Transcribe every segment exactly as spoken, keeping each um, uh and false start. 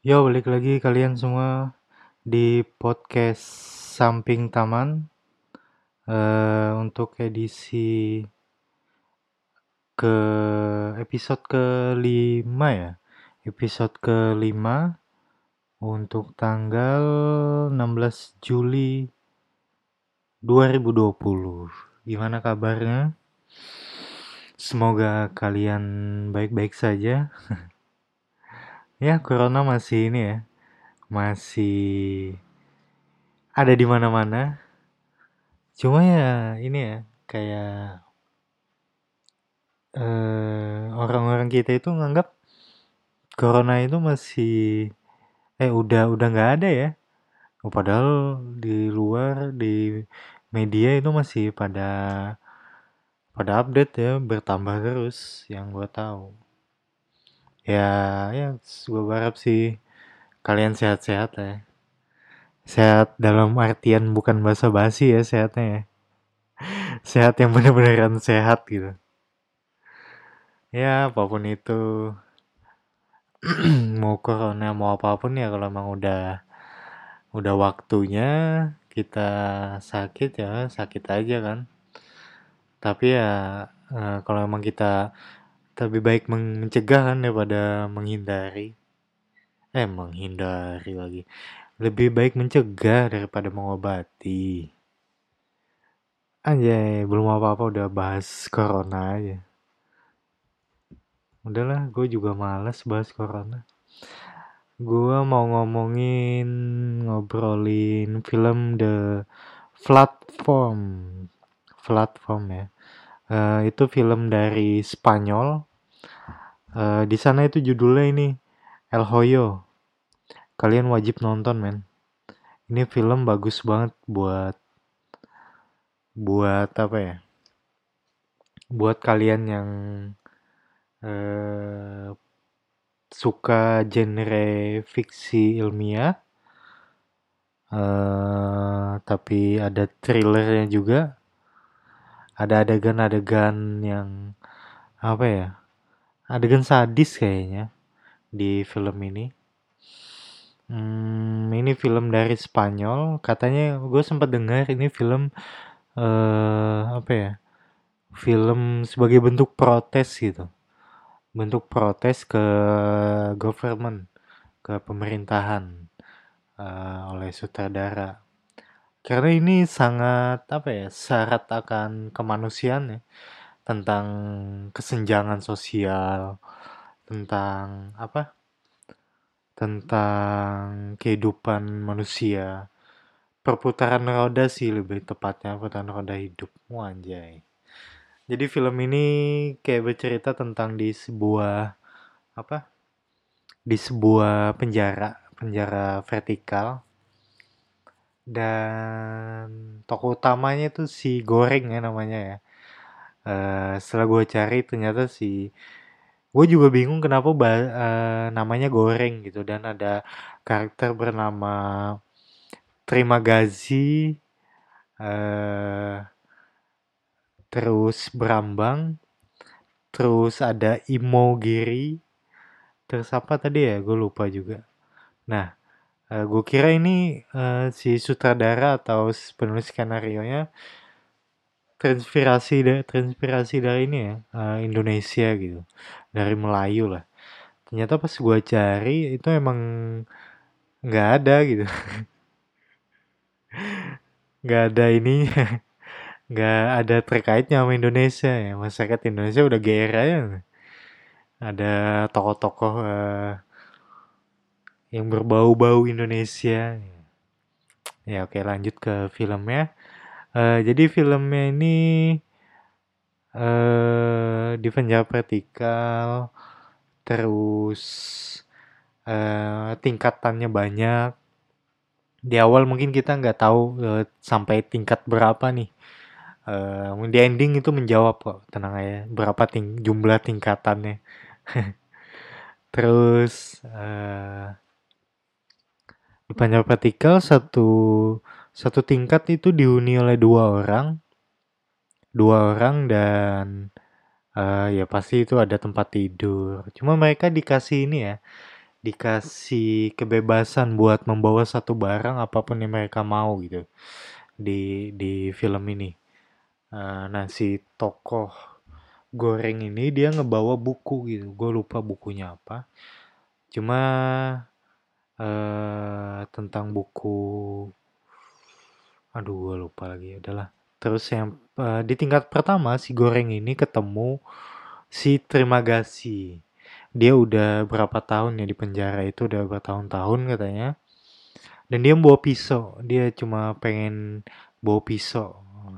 Yo, balik lagi kalian semua di podcast Samping Taman. Eh, untuk edisi ke episode kelima ya. Episode kelima untuk tanggal enam belas Juli dua ribu dua puluh. Gimana kabarnya? Semoga kalian baik-baik saja. Ya, corona masih ini ya, masih ada di mana-mana. Cuma ya ini ya, kayak eh, orang-orang kita itu nganggap corona itu masih eh udah udah nggak ada ya. Oh, padahal di luar di media itu masih pada pada update ya, bertambah terus yang gue tahu. Ya, ya gue berharap sih kalian sehat-sehat ya. Sehat dalam artian bukan basa-basi ya sehatnya ya. Sehat yang bener-beneran sehat gitu. Ya, apapun itu, mau corona mau apapun ya, kalau emang udah udah waktunya kita sakit ya sakit aja kan. Tapi ya eh, kalau emang kita lebih baik mencegah kan daripada menghindari. Eh menghindari lagi. Lebih baik mencegah daripada mengobati. Anjay, belum apa-apa udah bahas corona aja. Udahlah, gue juga males bahas corona. Gue mau ngomongin, ngobrolin film The Platform. Platform ya. Eh, itu film dari Spanyol. Eh, di sana itu judulnya ini El Hoyo. Kalian wajib nonton, men. Ini film bagus banget buat buat apa ya? Buat kalian yang eh, suka genre fiksi ilmiah, eh, tapi ada thrillernya juga. Ada adegan-adegan yang apa ya? Adegan sadis kayaknya di film ini. Hmm, ini film dari Spanyol. Katanya gue sempat dengar ini film eh apa ya? Film sebagai bentuk protes gitu. Bentuk protes ke government, ke pemerintahan eh, oleh sutradara. Karena ini sangat apa ya? Syarat akan kemanusiaan ya, tentang kesenjangan sosial, tentang apa? Tentang kehidupan manusia. Perputaran roda sih lebih tepatnya, perputaran roda hidup. Wah, anjay. Jadi film ini kayak bercerita tentang di sebuah apa? Di sebuah penjara, penjara vertikal, dan tokoh utamanya itu si Goreng ya namanya ya. Eh, setelah gue cari ternyata si gue juga bingung kenapa ba- eh, namanya Goreng gitu, dan ada karakter bernama Terima Gazi, eh terus Brambang, terus ada Imogiri, terus apa tadi ya? Gue lupa juga. Nah, eh, gue kira ini eh, si sutradara atau penulis skenario nya terinspirasi dari terinspirasi dari ini ya, eh, Indonesia gitu, dari Melayu lah. Ternyata pas gue cari itu emang nggak ada gitu, nggak ada ini, nggak ada terkaitnya sama Indonesia ya. Masyarakat Indonesia udah G R aja. Ada tokoh-tokoh eh, yang berbau-bau Indonesia. Ya oke, lanjut ke filmnya. Eh, jadi filmnya ini eh di penjara vertikal, terus eh, tingkatannya banyak. Di awal mungkin kita nggak tahu eh, sampai tingkat berapa nih. Eh, di ending itu menjawab kok, tenang aja. Berapa ting jumlah tingkatannya. Terus eh, di penjara vertikal satu satu tingkat itu dihuni oleh dua orang, dua orang dan eh, ya pasti itu ada tempat tidur. Cuma mereka dikasih ini ya, dikasih kebebasan buat membawa satu barang apapun yang mereka mau gitu di di film ini. Eh, nah si tokoh goreng ini dia ngebawa buku gitu. Gue lupa bukunya apa. Cuma eh, tentang buku, aduh gue lupa lagi. Adalah terus yang eh, di tingkat pertama si goreng ini ketemu si terima kasih. Dia udah berapa tahun ya di penjara itu udah bertahun-tahun katanya. Dan dia bawa pisau. Dia cuma pengen bawa pisau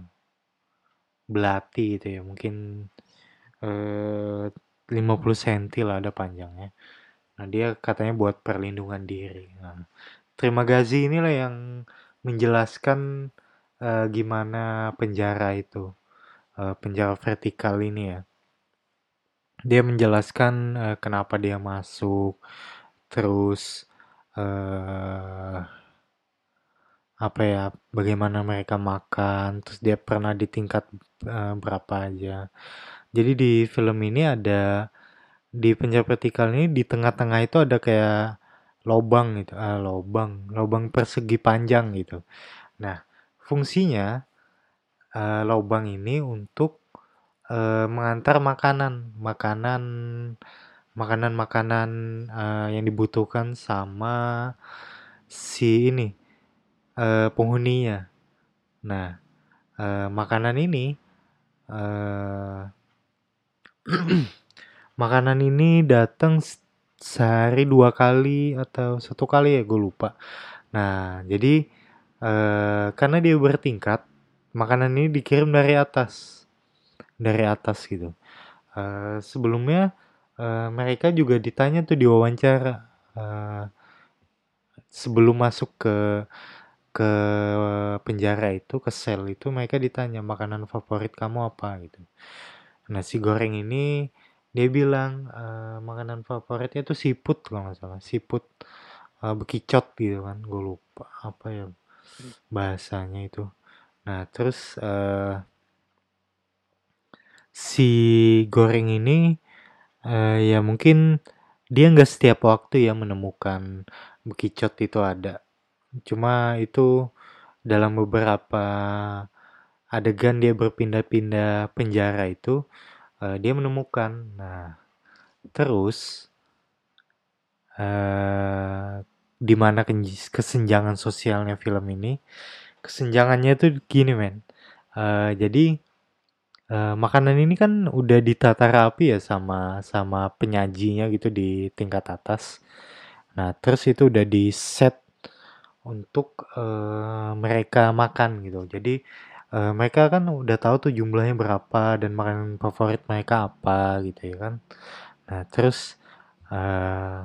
belati itu ya. Mungkin eh, lima puluh senti lah ada panjangnya. Nah dia katanya buat perlindungan diri. Nah, terima kasih inilah yang menjelaskan eh, gimana penjara itu. Eh, penjara vertikal ini ya. Dia menjelaskan eh, kenapa dia masuk. Terus eh apa ya, bagaimana mereka makan, terus dia pernah di tingkat eh, berapa aja. Jadi di film ini ada di penjara vertikal ini di tengah-tengah itu ada kayak lobang gitu, ah, lobang, lobang persegi panjang gitu. Nah, fungsinya eh, lobang ini untuk eh, mengantar makanan, makanan, makanan-makanan eh, yang dibutuhkan sama si ini eh, penghuninya. Nah, eh, makanan ini eh, makanan ini datang sehari dua kali atau satu kali ya gue lupa. Nah jadi eh, karena dia bertingkat, makanan ini dikirim dari atas, dari atas gitu. Eh, sebelumnya eh, mereka juga ditanya tuh diwawancara eh, sebelum masuk ke ke penjara itu, ke sel itu mereka ditanya makanan favorit kamu apa gitu. Nasi goreng ini dia bilang eh, makanan favoritnya tuh siput kalau nggak salah, siput eh, bekicot gitu kan, gue lupa apa ya bahasanya itu. Nah terus eh, si goreng ini eh, ya mungkin dia nggak setiap waktu ya menemukan bekicot itu ada. Cuma itu dalam beberapa adegan dia berpindah-pindah penjara itu eh, dia menemukan. Nah terus eh di mana kesenjangan sosialnya film ini? Kesenjangannya tuh gini men. Eh, jadi eh, makanan ini kan udah ditata rapi ya sama sama penyajinya gitu di tingkat atas. Nah terus itu udah di set untuk eh, mereka makan gitu. Jadi eh, mereka kan udah tahu tuh jumlahnya berapa dan makanan favorit mereka apa gitu ya kan. Nah terus eh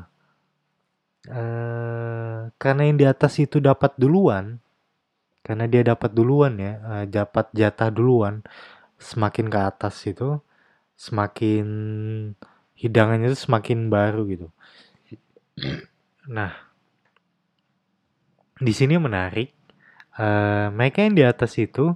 eh, karena yang di atas itu dapat duluan, karena dia dapat duluan ya, eh, dapat jatah duluan, semakin ke atas itu, semakin hidangannya itu semakin baru gitu. Nah, di sini menarik, eh, mereka yang di atas itu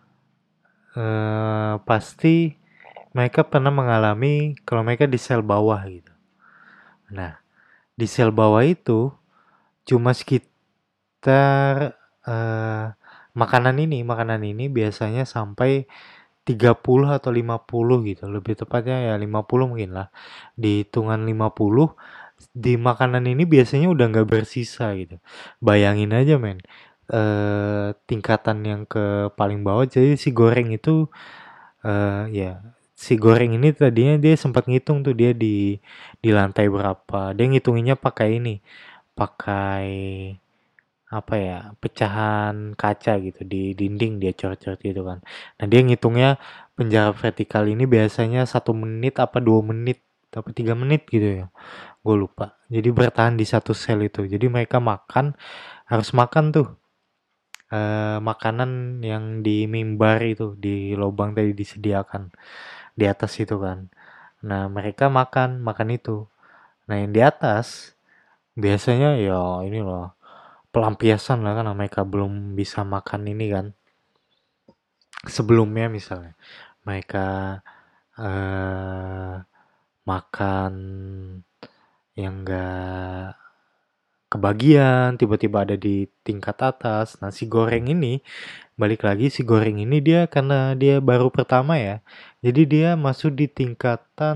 eh, pasti mereka pernah mengalami kalau mereka di sel bawah gitu. Nah, di sel bawah itu cuma sekitar eh, makanan ini, makanan ini biasanya sampai tiga puluh atau lima puluh gitu. Lebih tepatnya ya lima puluh mungkin lah. Di hitungan lima puluh di makanan ini biasanya udah nggak bersisa gitu. Bayangin aja men. Eh, tingkatan yang ke paling bawah jadi si goreng itu eh, ya si goreng ini tadinya dia sempat ngitung tuh dia di di lantai berapa. Dia ngitunginnya pakai ini, pakai apa ya pecahan kaca gitu di dinding dia coret-coret gitu kan. Nah dia ngitungnya penjara vertikal ini biasanya satu menit apa dua menit apa tiga menit gitu ya, gue lupa. Jadi bertahan di satu sel itu. Jadi mereka makan harus makan tuh eh, makanan yang di mimbar itu di lubang tadi disediakan di atas itu kan. Nah mereka makan makan itu. Nah yang di atas biasanya ya ini loh pelampiasan lah kan mereka belum bisa makan ini kan sebelumnya misalnya mereka eh, makan yang nggak kebagian, tiba-tiba ada di tingkat atas. Nah, si goreng ini, balik lagi si goreng ini dia karena dia baru pertama ya, jadi dia masuk di tingkatan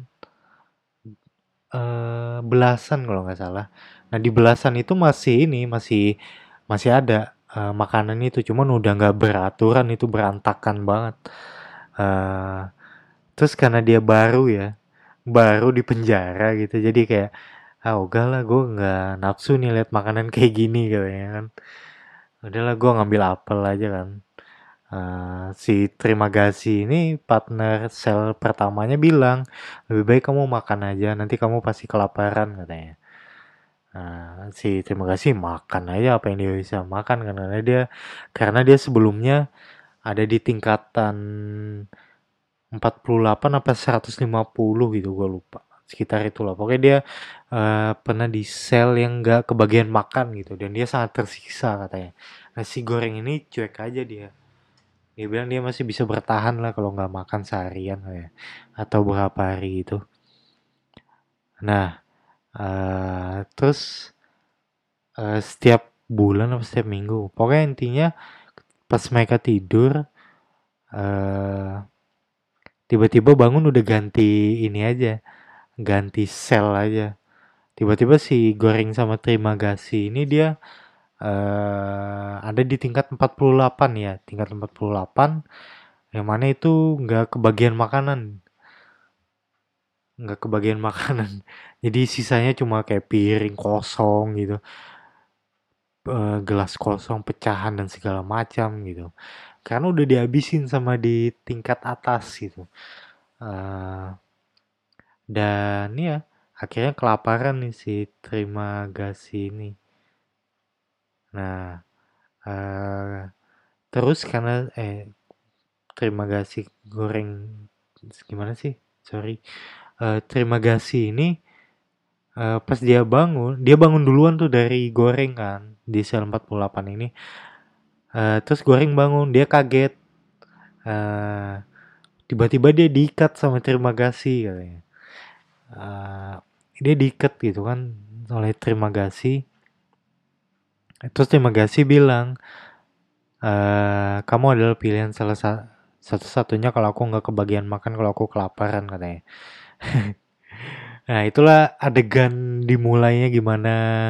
eh, belasan kalau nggak salah. Nah, di belasan itu masih ini, masih masih ada eh, makanan itu, cuman udah nggak beraturan, itu berantakan banget. Eh, terus karena dia baru ya, baru di penjara gitu, jadi kayak ah udah lah gue nggak nafsu nih lihat makanan kayak gini katanya kan. Udahlah gue ngambil apel aja kan. Eh, si terima kasih ini partner sel pertamanya bilang lebih baik kamu makan aja nanti kamu pasti kelaparan katanya. Nah, si terima kasih makan aja apa yang dia bisa makan karena dia karena dia sebelumnya ada di tingkatan empat puluh delapan apa seratus lima puluh gitu gue lupa sekitar itulah pokoknya dia eh, pernah di sel yang gak kebagian makan gitu dan dia sangat tersiksa katanya. Nasi goreng ini cuek aja dia. Dia bilang dia masih bisa bertahan lah kalau nggak makan seharian ya atau berapa hari itu. Nah, eh, terus eh, setiap bulan atau setiap minggu, pokoknya intinya pas mereka tidur, eh, tiba-tiba bangun udah ganti ini aja, ganti sel aja. Tiba-tiba si goreng sama terima kasih ini dia eh, ada di tingkat empat puluh delapan ya, tingkat empat puluh delapan yang mana itu nggak kebagian makanan. Nggak kebagian makanan. Jadi sisanya cuma kayak piring kosong gitu, eh, gelas kosong, pecahan dan segala macam gitu. Karena udah dihabisin sama di tingkat atas gitu. Eh, dan ya akhirnya kelaparan nih si terima kasih ini. Nah, eh, terus karena eh terima kasih goreng gimana sih? Sorry. Eh, terima kasih ini eh, pas dia bangun, dia bangun duluan tuh dari goreng kan di sel empat puluh delapan ini. Eh, terus goreng bangun, dia kaget. Eh, tiba-tiba dia diikat sama terima kasih katanya. Eh, dia diikat gitu kan oleh terima kasih. Terus terima kasih bilang, eh, kamu adalah pilihan salah sa- satu-satunya kalau aku nggak kebagian makan kalau aku kelaparan katanya. Nah itulah adegan dimulainya gimana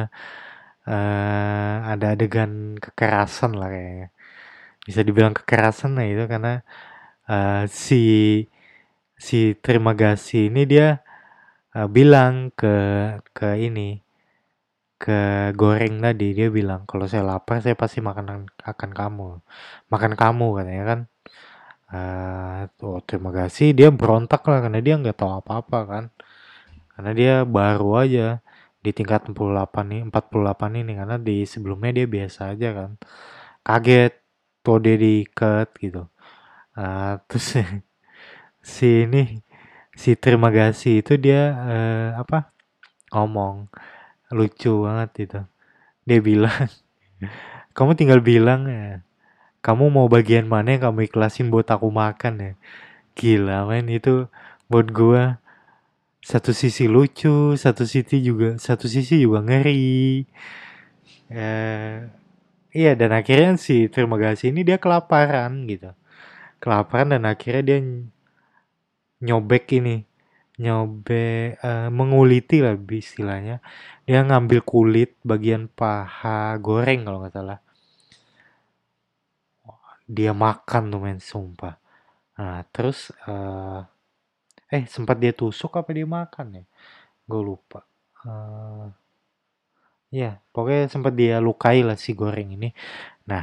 eh ada adegan kekerasan lah kayaknya. Bisa dibilang kekerasan lah itu karena eh, si si terima kasih ini dia eh, bilang ke ke ini ke goreng tadi dia bilang kalau saya lapar saya pasti makan akan kamu makan kamu katanya kan. Eh oh, terima kasih dia berontak lah karena dia nggak tahu apa-apa kan karena dia baru aja di tingkat empat puluh delapan nih empat puluh delapan ini karena di sebelumnya dia biasa aja kan kaget tuh dia di-cut gitu. Ah, terus si ini si terima kasih itu dia eh, apa ngomong lucu banget itu. Dia bilang, kamu tinggal bilang ya, kamu mau bagian mana yang kamu ikhlasin buat aku makan ya. Gila men itu buat gua satu sisi lucu, satu sisi juga satu sisi juga ngeri. Eh, iya dan akhirnya si terima kasih ini dia kelaparan gitu. Kelaparan dan akhirnya dia nyobek ini nyobek eh, menguliti lah istilahnya dia ngambil kulit bagian paha goreng kalau nggak salah dia makan tuh men sumpah. Nah terus eh, eh sempat dia tusuk apa dia makan ya gue lupa. Eh, ya pokoknya sempat dia lukai lah si goreng ini. Nah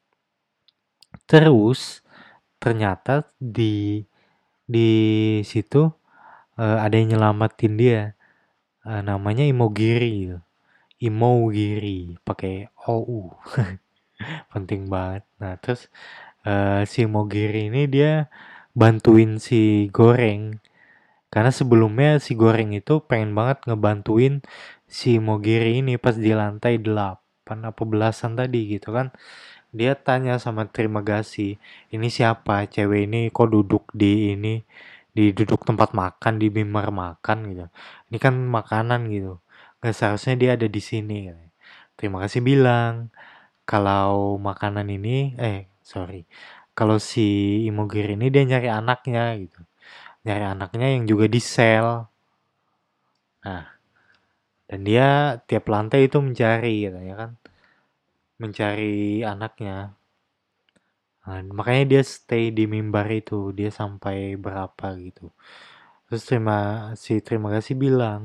terus ternyata di di situ eh, ada yang nyelamatin dia. Eh, namanya Imogiri gitu. Imogiri pakai O U. Penting banget. Nah, terus eh, si Mogiri ini dia bantuin si Goreng. Karena sebelumnya si Goreng itu pengen banget ngebantuin si Mogiri ini pas di lantai delapan apa belasan tadi gitu kan. Dia tanya sama terima kasih, ini siapa? Cewek ini kok duduk di ini di duduk tempat makan, di mimbar makan gitu. Ini kan makanan gitu. Nggak seharusnya dia ada di sini. Katanya. Terima kasih bilang kalau makanan ini, eh sorry, kalau si Imogiri ini dia nyari anaknya gitu. Nyari anaknya yang juga di sel. Nah, dan dia tiap lantai itu mencari katanya kan. Mencari anaknya. Nah, makanya dia stay di mimbar itu. Dia sampai berapa gitu. Terus terima si terima kasih bilang,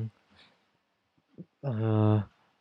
eh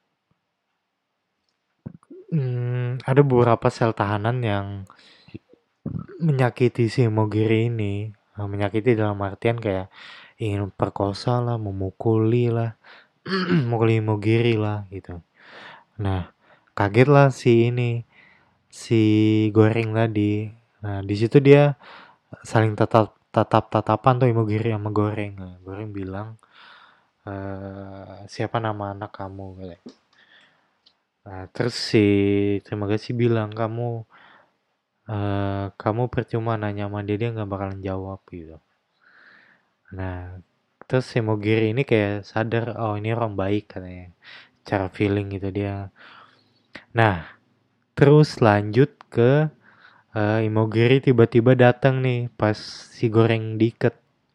hmm, ada beberapa sel tahanan yang menyakiti si Mogiri ini. Nah, menyakiti dalam artian kayak ingin perkosa lah, memukuli lah, memukuli Mogiri lah gitu. Nah, kaget lah si ini, si Goreng tadi. Nah, di situ dia saling tatap tatap tatapan tuh Imogiri sama Goreng. Nah, Goreng bilang, eh siapa nama anak kamu? Nah, terus si terima kasih bilang kamu eh kamu percuma nanya sama dia dia nggak bakalan jawab gitu. Nah, terus si Mogiri ini kayak sadar oh ini orang baik katanya. Cara feeling gitu dia. Nah, terus lanjut ke eh, Imogiri tiba-tiba datang nih pas si Goreng diikat.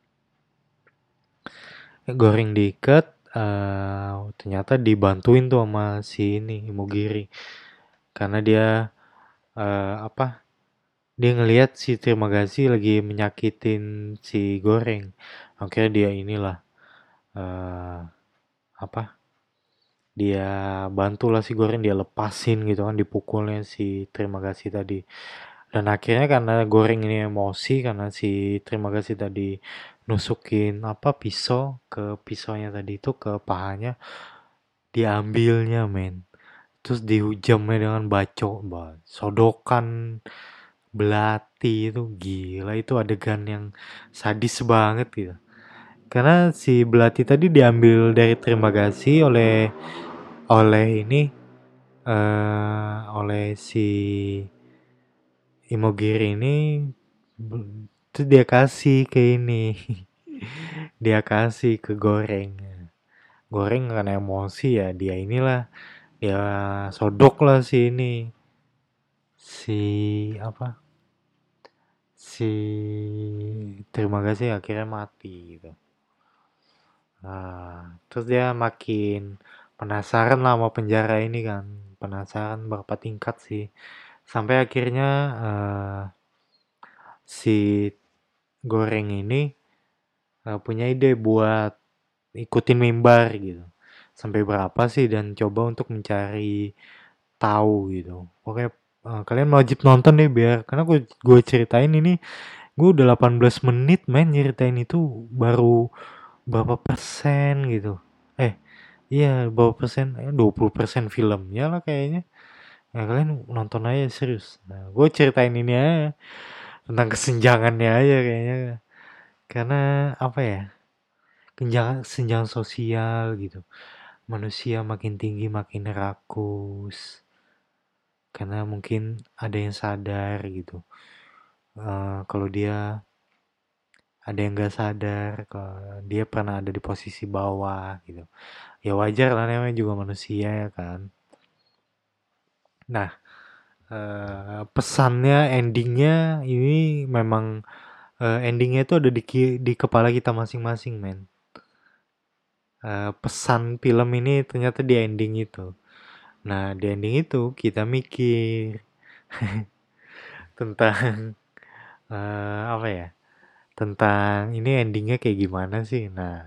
Goreng diikat eh ternyata dibantuin tuh sama si ini Imogiri karena dia eh, apa dia ngelihat si terima kasih lagi menyakitin si Goreng. Akhirnya dia inilah eh apa? Dia bantulah si Goreng dia lepasin gitu kan dipukulnya si terima kasih tadi. Dan akhirnya karena Goreng ini emosi karena si terima kasih tadi nusukin apa pisau ke pisaunya tadi itu ke pahanya diambilnya men. Terus dihujamnya dengan bacok, bah, sodokan belati itu gila itu adegan yang sadis banget gitu. Karena si belati tadi diambil dari terima kasih oleh oleh ini eh oleh si Imogiri ini terus dia kasih ke ini dia kasih ke Goreng Goreng karena emosi ya dia inilah dia sodok lah si ini si apa si terima kasih akhirnya mati gitu. Nah, terus dia makin penasaran lah sama penjara ini kan. Penasaran berapa tingkat sih. Sampai akhirnya eh, si Goreng ini eh, punya ide buat ikutin mimbar gitu. Sampai berapa sih dan coba untuk mencari tahu gitu. Oke, eh, kalian wajib nonton deh biar karena gue gue ceritain ini gue udah delapan belas menit main ceritain itu baru berapa persen gitu. Eh, iya berapa persen? Eh, dua puluh persen filmnya lah kayaknya. Nah, kalian nonton aja serius. Nah, gue ceritain ini aja tentang kesenjangannya aja kayaknya. Karena apa ya? Kesenjangan, kesenjangan sosial gitu. Manusia makin tinggi makin rakus. Karena mungkin ada yang sadar gitu. Eh, kalau dia ada yang gak sadar kalau dia pernah ada di posisi bawah gitu. Ya wajar lah namanya juga manusia ya kan. Nah, eh, pesannya, endingnya ini memang eh, endingnya itu ada di ki- di kepala kita masing-masing, men. Eh, pesan film ini ternyata di ending itu. Nah, di ending itu kita mikir tentang eh, apa ya? Tentang ini endingnya kayak gimana sih? Nah,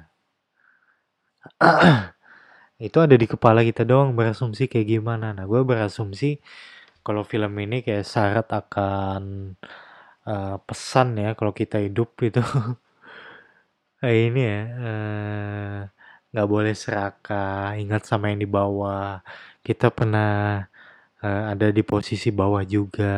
itu ada di kepala kita doang berasumsi kayak gimana. Nah, gue berasumsi kalau film ini kayak syarat akan eh, pesan ya kalau kita hidup itu eh, ini ya eh, nggak boleh serakah, ingat sama yang di bawah. Kita pernah eh, ada di posisi bawah juga.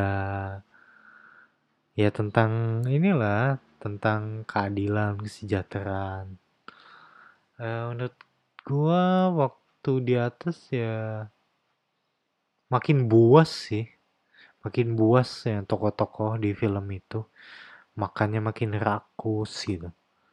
Ya tentang inilah tentang keadilan, kesejahteraan. Eh, menurut gua waktu di atas ya makin buas sih, makin buas ya tokoh-tokoh di film itu. Makannya makin rakus gitu.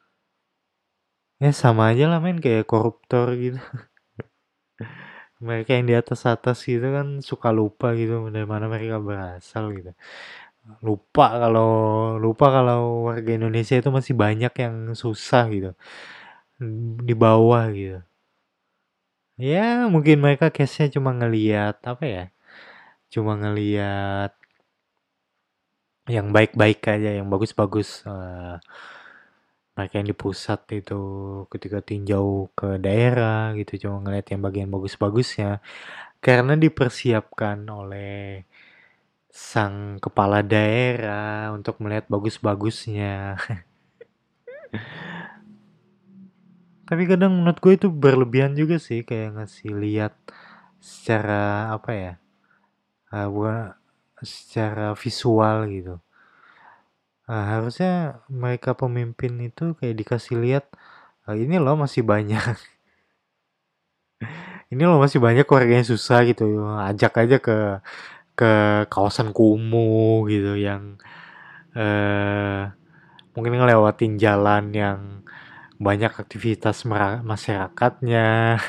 Ya sama aja lah men, kayak koruptor gitu. Mereka yang di atas-atas gitu kan suka lupa gitu dari mana mereka berasal gitu. Lupa kalau lupa kalau warga Indonesia itu masih banyak yang susah gitu di bawah gitu. Ya mungkin mereka case-nya cuma ngeliat apa ya? Cuma ngeliat yang baik-baik aja, yang bagus-bagus. Eh, mereka yang di pusat itu ketika tinjau ke daerah gitu cuma ngeliat yang bagian bagus-bagusnya karena dipersiapkan oleh sang kepala daerah untuk melihat bagus-bagusnya. Tapi kadang menurut gue itu berlebihan juga sih kayak ngasih lihat secara apa ya? Uh, bukan secara visual gitu. Nah, harusnya mereka pemimpin itu kayak dikasih lihat "Ah, ini loh masih banyak, ini loh masih banyak keluarga yang susah gitu. Ajak aja ke ke kawasan kumuh gitu yang eh, mungkin ngelewatin jalan yang banyak aktivitas masyarakatnya.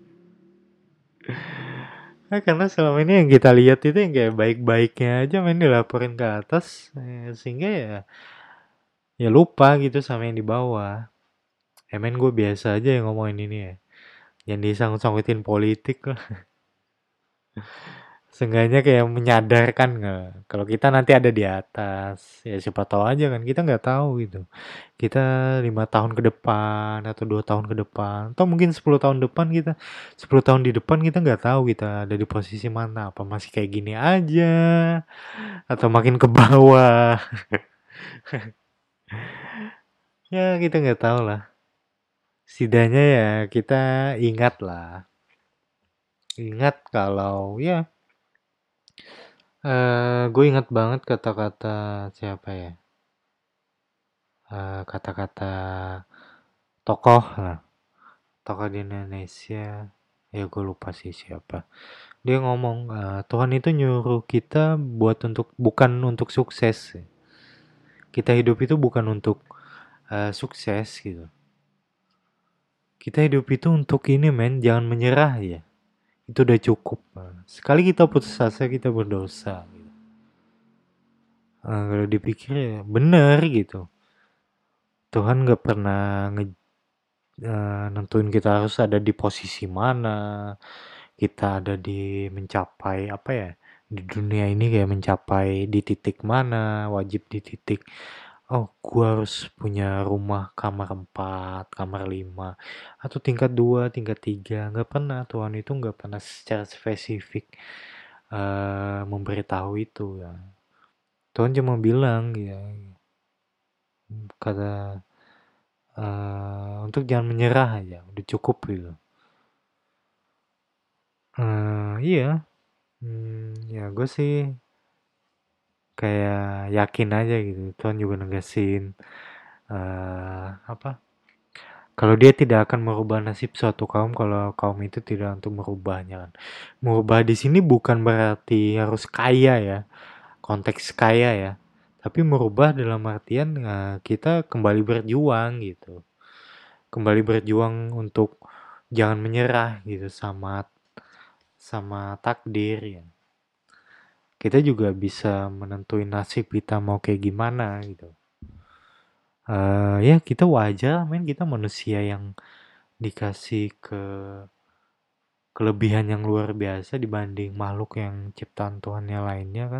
Nah, karena selama ini yang kita lihat itu yang kayak baik-baiknya aja main dilaporin ke atas, eh, sehingga ya ya lupa gitu sama yang di bawah. Emen gue biasa aja yang ngomongin ini ya. Yang disangkut-sangkutin politik lah. Seenggaknya kayak menyadarkan nggak kalau kita nanti ada di atas. Ya siapa tahu aja kan kita nggak tahu gitu. Kita lima tahun ke depan atau dua tahun ke depan atau mungkin sepuluh tahun depan kita sepuluh tahun di depan kita nggak tahu kita ada di posisi mana apa masih kayak gini aja atau makin ke bawah. Ya kita nggak tahu lah. Setidaknya ya kita ingat lah. Ingat kalau ya eh gue ingat banget kata-kata siapa ya? Eh, kata-kata tokoh lah, tokoh di Indonesia. Ya gue lupa sih siapa. Dia ngomong eh, Tuhan itu nyuruh kita buat untuk bukan untuk sukses. Kita hidup itu bukan untuk eh, sukses gitu. Kita hidup itu untuk ini men, jangan menyerah ya. Itu udah cukup. Sekali kita putus asa kita berdosa. Gitu. Nah, kalau dipikir ya bener gitu. Tuhan gak pernah nge, eh, nentuin kita harus ada di posisi mana. Kita ada di mencapai apa ya? Di dunia ini kayak mencapai di titik mana, wajib di titik oh gua harus punya rumah kamar empat, kamar lima, atau tingkat dua, tingkat tiga. Nggak pernah, Tuhan itu nggak pernah secara spesifik eh, memberitahu itu ya. Tuhan cuma bilang ya, kata eh, untuk jangan menyerah aja, udah cukup gitu. Eh, iya, hmm, ya gue sih kayak yakin aja gitu. Tuhan juga negasin eh apa? Kalau dia tidak akan merubah nasib suatu kaum kalau kaum itu tidak untuk merubahnya kan. Merubah di sini bukan berarti harus kaya ya, konteks kaya ya. Tapi merubah dalam artian eh, kita kembali berjuang gitu. Kembali berjuang untuk jangan menyerah gitu sama sama takdir ya. Kita juga bisa menentuin nasib kita mau kayak gimana gitu. Eh ya kita wajar men kita manusia yang dikasih ke kelebihan yang luar biasa dibanding makhluk yang ciptaan Tuhan yang lainnya kan.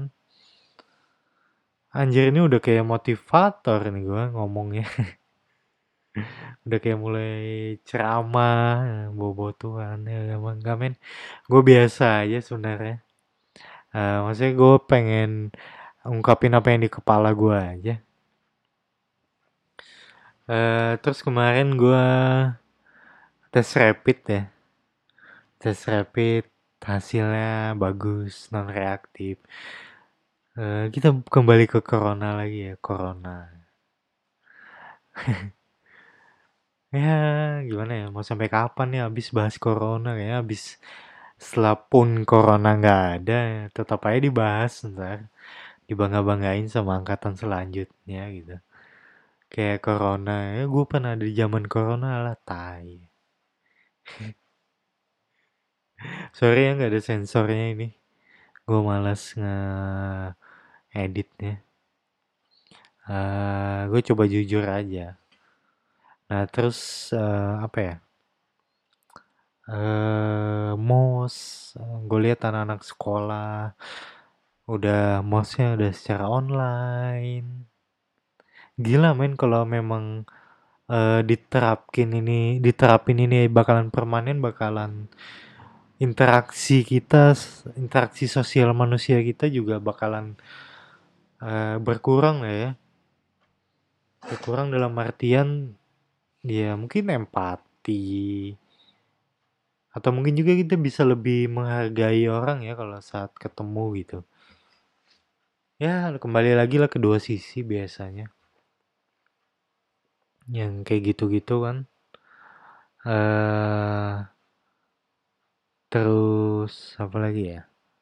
Anjir ini udah kayak motivator nih gue ngomongnya. Udah kayak mulai ceramah, bawa-bawa Tuhan. Ya emang gak men. Gue biasa aja sebenarnya. Uh, maksudnya gue pengen ungkapin apa yang di kepala gue aja. Uh, terus kemarin gue tes rapid ya. Tes rapid hasilnya bagus, non reaktif. Uh, kita kembali ke corona lagi ya, corona. Ya, gimana ya? Mau sampai kapan ya habis bahas corona ya? Habis setelah pun corona nggak ada, tetap aja dibahas ntar. Dibangga-banggain sama angkatan selanjutnya gitu. Kayak corona ya, gue pernah ada di zaman corona lah, tai. Sorry ya nggak ada sensornya ini. Gue malas nge-editnya. Eh gue coba jujur aja. Nah terus eh, apa ya? Eh mos, gue lihat anak-anak sekolah udah mosnya udah secara online. Gila men kalau memang eh, diterapkin ini, diterapin ini bakalan permanen, bakalan interaksi kita, interaksi sosial manusia kita juga bakalan eh, berkurang lah ya. Berkurang dalam artian ya mungkin empati, atau mungkin juga kita bisa lebih menghargai orang ya kalau saat ketemu gitu. Ya kembali lagi lah kedua sisi biasanya. Yang kayak gitu-gitu kan. eh Terus apa lagi ya?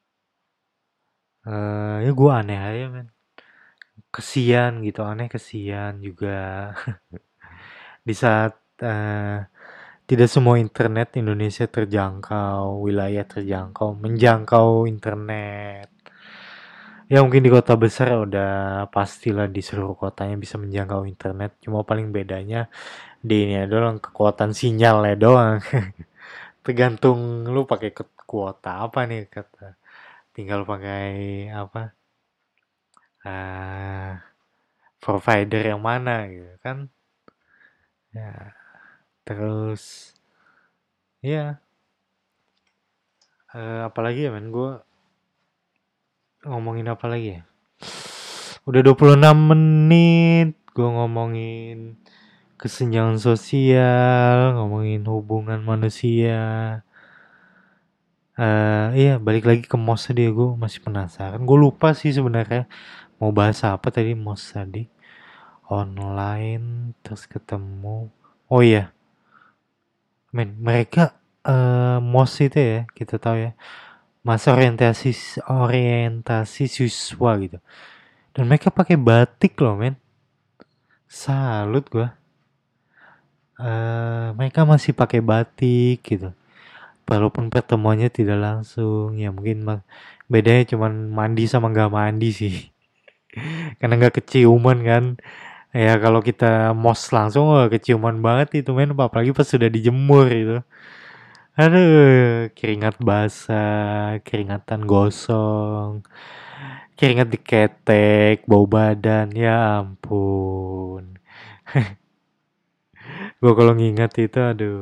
eh Ya gue aneh aja men. Kesian gitu, aneh kesian juga. Di saat eh, tidak semua internet Indonesia terjangkau, wilayah terjangkau, menjangkau internet. Ya mungkin di kota besar udah pastilah di seluruh kotanya bisa menjangkau internet. Cuma paling bedanya di ini doang kekuatan sinyalnya doang. Tergantung lu pakai kuota apa nih kata. Tinggal pakai apa? ah Provider yang mana gitu kan. Ya, terus ya eh, apalagi ya men gue ngomongin apa lagi ya? Udah dua puluh enam menit gue ngomongin kesenjangan sosial, ngomongin hubungan manusia. Eh iya, balik lagi ke M O S tadi ya, gue masih penasaran. Gue lupa sih sebenarnya mau bahas apa tadi M O S tadi. Online terus ketemu. Oh iya, men, mereka eh M O S itu ya, kita tahu ya, masa orientasi orientasi siswa gitu. Dan mereka pakai batik loh, men. Salut gue. Eh mereka masih pakai batik gitu. Walaupun pertemuannya tidak langsung, ya mungkin ma- bedanya cuman mandi sama nggak mandi sih. Karena nggak keciuman kan. Ya kalau kita mos langsung, wah, keciuman banget itu men. Apalagi pas sudah dijemur itu. Aduh, keringat basah, keringatan gosong, keringat diketek, bau badan, ya ampun. Gue kalau ngingat itu, aduh.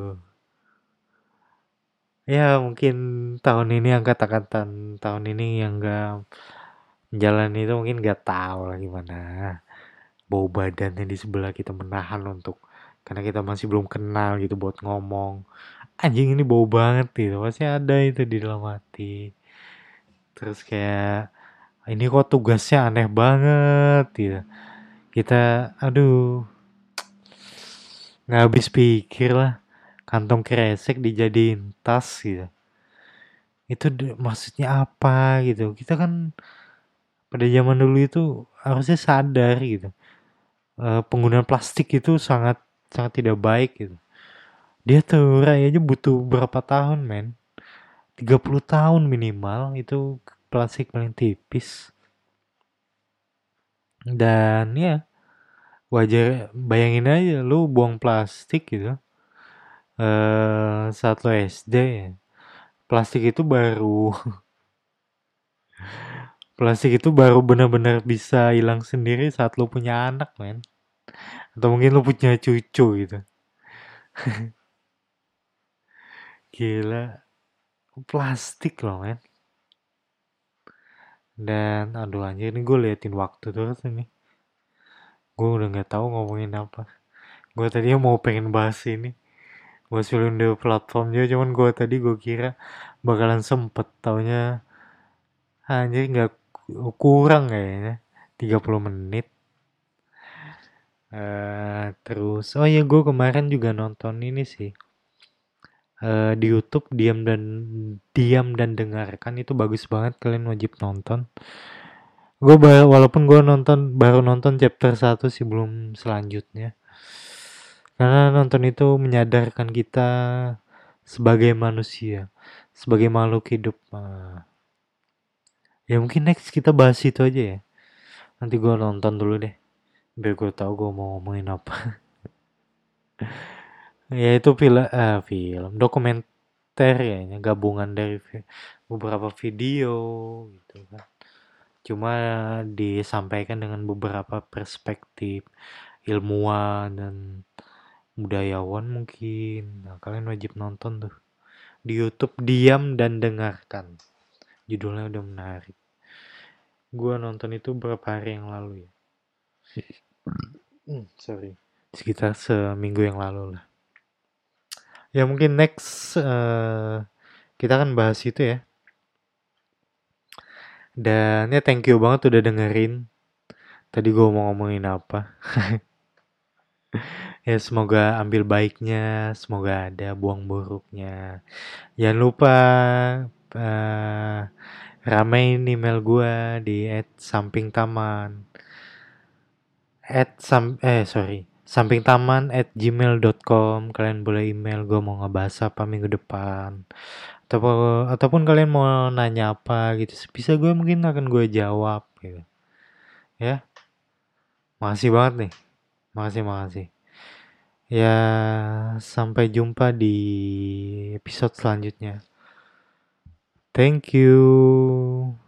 Ya mungkin tahun ini angkat-angkatan tahun ini yang gak jalan itu mungkin gak tahu lah gimana. Bau badannya di sebelah kita menahan untuk, karena kita masih belum kenal gitu buat ngomong. Anjing ini bau banget gitu. Pasti ada itu di dalam hati. Terus kayak ini kok tugasnya aneh banget gitu. Kita aduh nggak habis pikir lah. Kantong kresek dijadiin tas gitu. Itu d- maksudnya apa gitu. Kita kan pada zaman dulu itu harusnya sadar gitu. Eh, penggunaan plastik itu sangat sangat tidak baik gitu. Dia terurai aja butuh berapa tahun, men? Tiga puluh tahun minimal itu plastik paling tipis. Dan ya, wajar, bayangin aja lu buang plastik gitu. Eh saat lo S D ya. Plastik itu baru plastik itu baru benar-benar bisa hilang sendiri saat lo punya anak, men. Atau mungkin lo punya cucu gitu. Gila, plastik loh, men. Dan aduh anjir nih gue liatin waktu terus ini. Gue udah nggak tahu ngomongin apa. Gue tadi mau pengen bahas ini. Bahas film di platform juga, cuman gue tadi gue kira bakalan sempet. Taunya anjir nggak, kurang kayaknya. Tiga puluh menit. Eh terus, oh ya gue kemarin juga nonton ini sih. Eh, di YouTube diam dan diam dan dengarkan itu bagus banget, kalian wajib nonton. Gue walaupun gue nonton baru nonton chapter satu sih, belum selanjutnya. Karena nonton itu menyadarkan kita sebagai manusia, sebagai makhluk hidup. Nah, ya mungkin next kita bahas itu aja ya. Nanti gue nonton dulu deh, biar gue tahu gue mau ngomongin apa. Ya itu film, eh, film dokumenter ya, gabungan dari vi- beberapa video gitu kan. Cuma disampaikan dengan beberapa perspektif ilmuwan dan budayawan mungkin. Nah, kalian wajib nonton tuh di YouTube, Diam dan Dengarkan. Judulnya udah menarik. Gua nonton itu berapa hari yang lalu ya. Hmm, sorry. Sekitar seminggu yang lalu lah. Ya mungkin next eh, kita akan bahas itu ya. Dan ya thank you banget udah dengerin. Tadi gue mau ngomongin apa. Ya semoga ambil baiknya, semoga ada buang buruknya. Jangan lupa eh, ramein email gue di at samping taman. At sam eh sorry samping taman at gmail dot com. Kalian boleh email gue mau ngebahas apa minggu depan, ataupun ataupun kalian mau nanya apa gitu, bisa gue mungkin akan gue jawab gitu ya. Makasih banget nih, makasih makasih ya. Sampai jumpa di episode selanjutnya. Thank you.